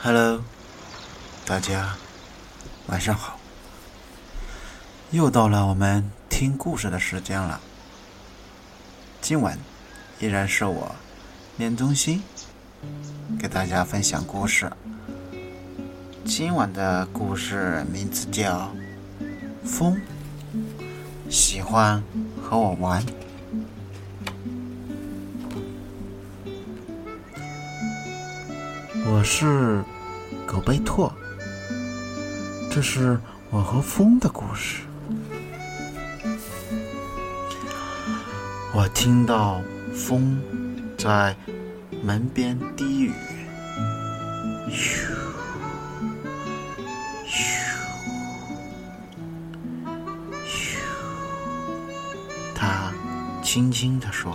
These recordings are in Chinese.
Hello， 大家晚上好，又到了我们听故事的时间了。今晚依然是我念中心给大家分享故事。今晚的故事名字叫风喜欢和我玩。我是狗贝托，这是我和风的故事。我听到风在门边低语，咻咻咻，他轻轻地说，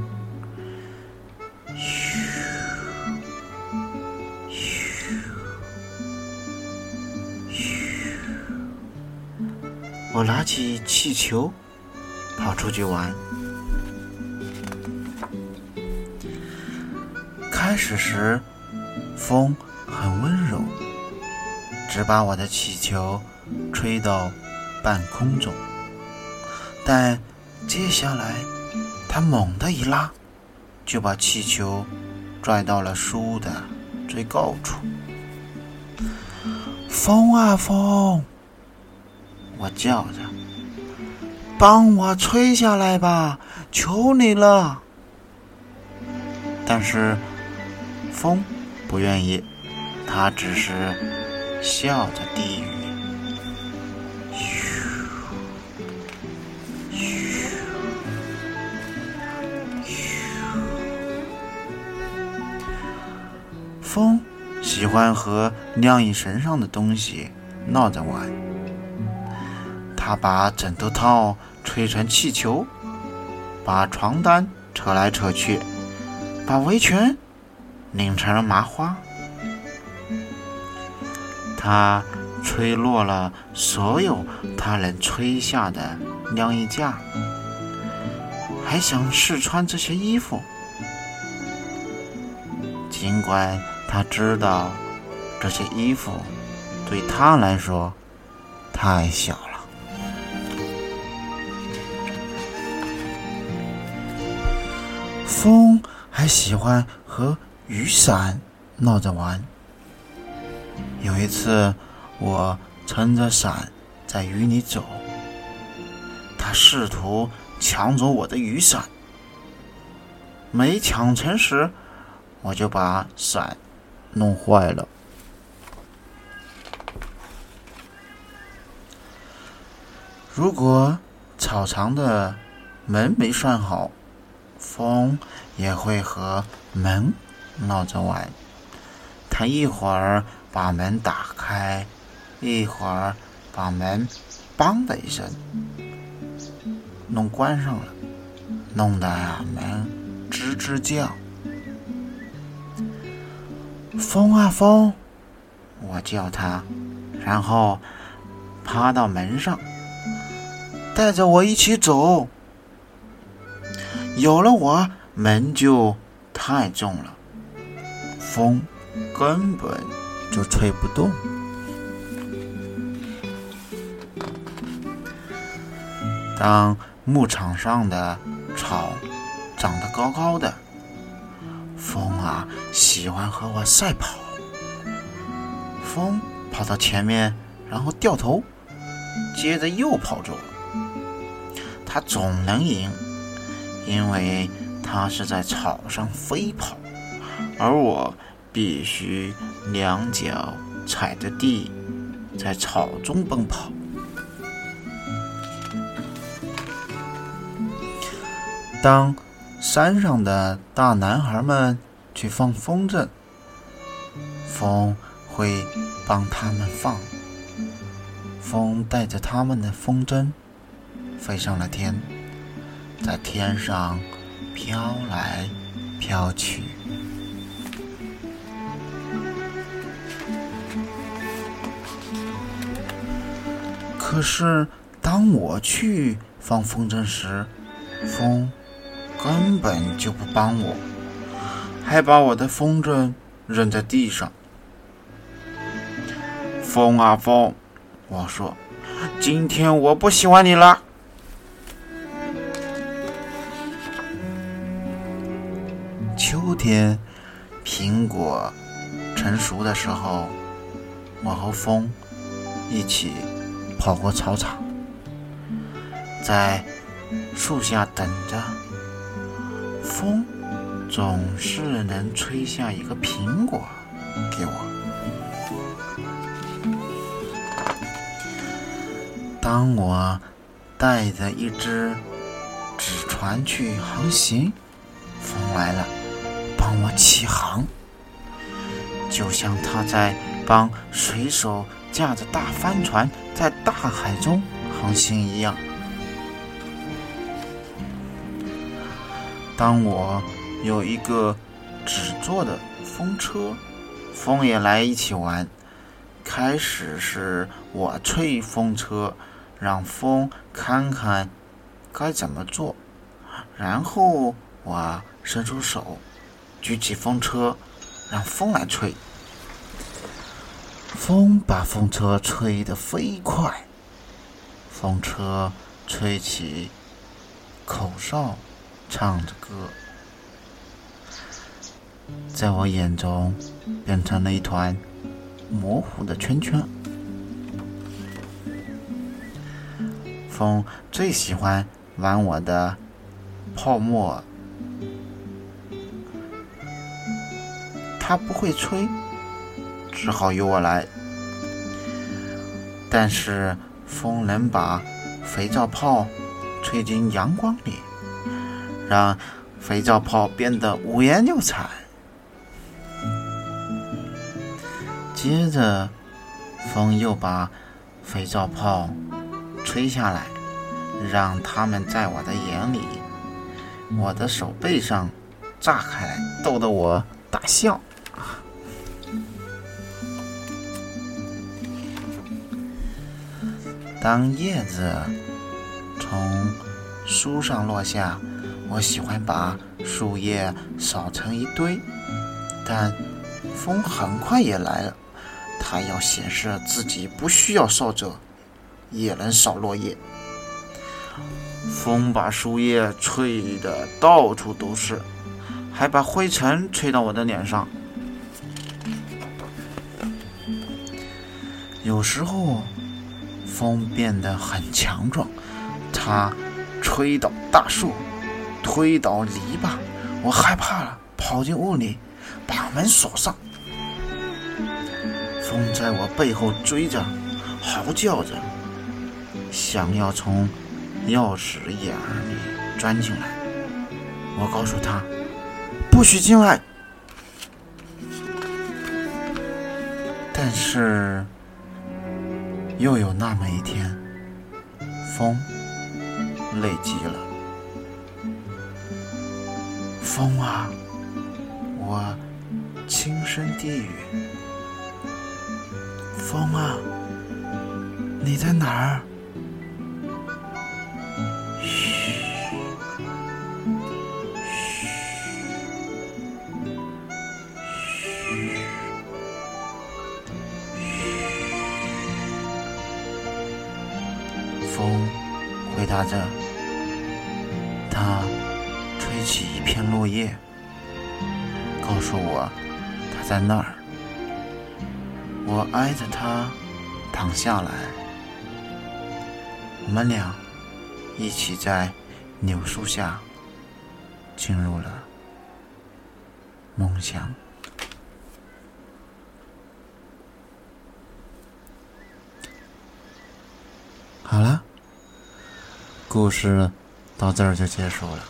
我拿起气球跑出去玩。开始时风很温柔，只把我的气球吹到半空中，但接下来它猛地一拉，就把气球拽到了树的最高处。风啊风，我叫着，帮我吹下来吧，求你了。但是风不愿意，他只是笑着低语，咻咻咻。风喜欢和晾衣绳上的东西闹着玩，他把枕头套吹成气球，把床单扯来扯去，把围裙拧成了麻花。他吹落了所有他能吹下的晾衣架，还想试穿这些衣服，尽管他知道这些衣服对他来说太小了。风还喜欢和雨伞闹着玩。有一次，我撑着伞在雨里走，他试图抢走我的雨伞，没抢成时，我就把伞弄坏了。如果草场的门没拴好，风也会和门闹着玩。他一会儿把门打开，一会儿把门梆的一声弄关上了，弄得门吱吱叫。风啊风，我叫他，然后爬到门上，带着我一起走。有了我，门就太重了，风根本就吹不动。当牧场上的草长得高高的，风啊喜欢和我赛跑。风跑到前面，然后掉头，接着又跑走。他总能赢，因为他是在草上飞跑，而我必须两脚踩着地，在草中奔跑。当山上的大男孩们去放风筝，风会帮他们放。风带着他们的风筝飞上了天，在天上飘来飘去。可是当我去放风筝时，风根本就不帮我，还把我的风筝扔在地上。 风啊风，我说，今天我不喜欢你了。秋天，苹果成熟的时候，我和风一起跑过操场，在树下等着。风总是能吹下一个苹果给我。当我带着一只纸船去航行，风来了，帮我起航，就像他在帮水手驾着大帆船在大海中航行一样。当我有一个纸做的风车，风也来一起玩。开始是我吹风车，让风看看该怎么做，然后我伸出手举起风车，让风来吹。风把风车吹得飞快，风车吹起口哨，唱着歌，在我眼中变成了一团模糊的圈圈。风最喜欢玩我的泡沫，他不会吹，只好由我来。但是风能把肥皂泡吹进阳光里，让肥皂泡变得五颜六彩。接着风又把肥皂泡吹下来，让它们在我的眼里，我的手背上炸开来，逗得我大笑。当叶子从树上落下，我喜欢把树叶扫成一堆，但风很快也来了，它要显示自己不需要扫帚也能扫落叶。风把树叶吹得到处都是，还把灰尘吹到我的脸上。有时候风变得很强壮，它吹倒大树，推倒篱笆，我害怕了，跑进屋里，把门锁上。风在我背后追着，嚎叫着，想要从钥匙眼里钻进来。我告诉他，不许进来。但是又有那么一天，风累极了。风啊，我轻声低语，风啊，你在哪儿？嘘，嘘，嘘，风回答着，它吹起一片落叶，告诉我它在那儿。我挨着它躺下来，我们俩一起在柳树下进入了梦乡。好了，故事到这儿就结束了。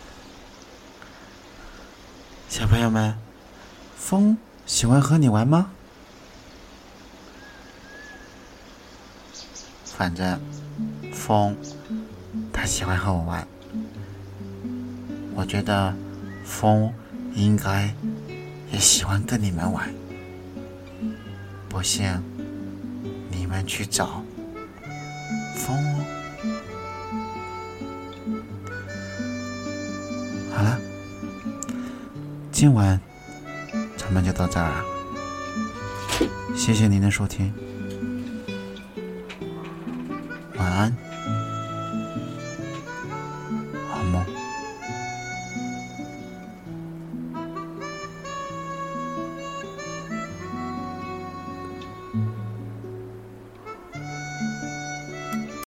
小朋友们，风喜欢和你玩吗？反正风他喜欢和我玩，我觉得风应该也喜欢跟你们玩。不信你们去找风哦。好了，今晚咱们就到这儿了，谢谢您的收听。 安。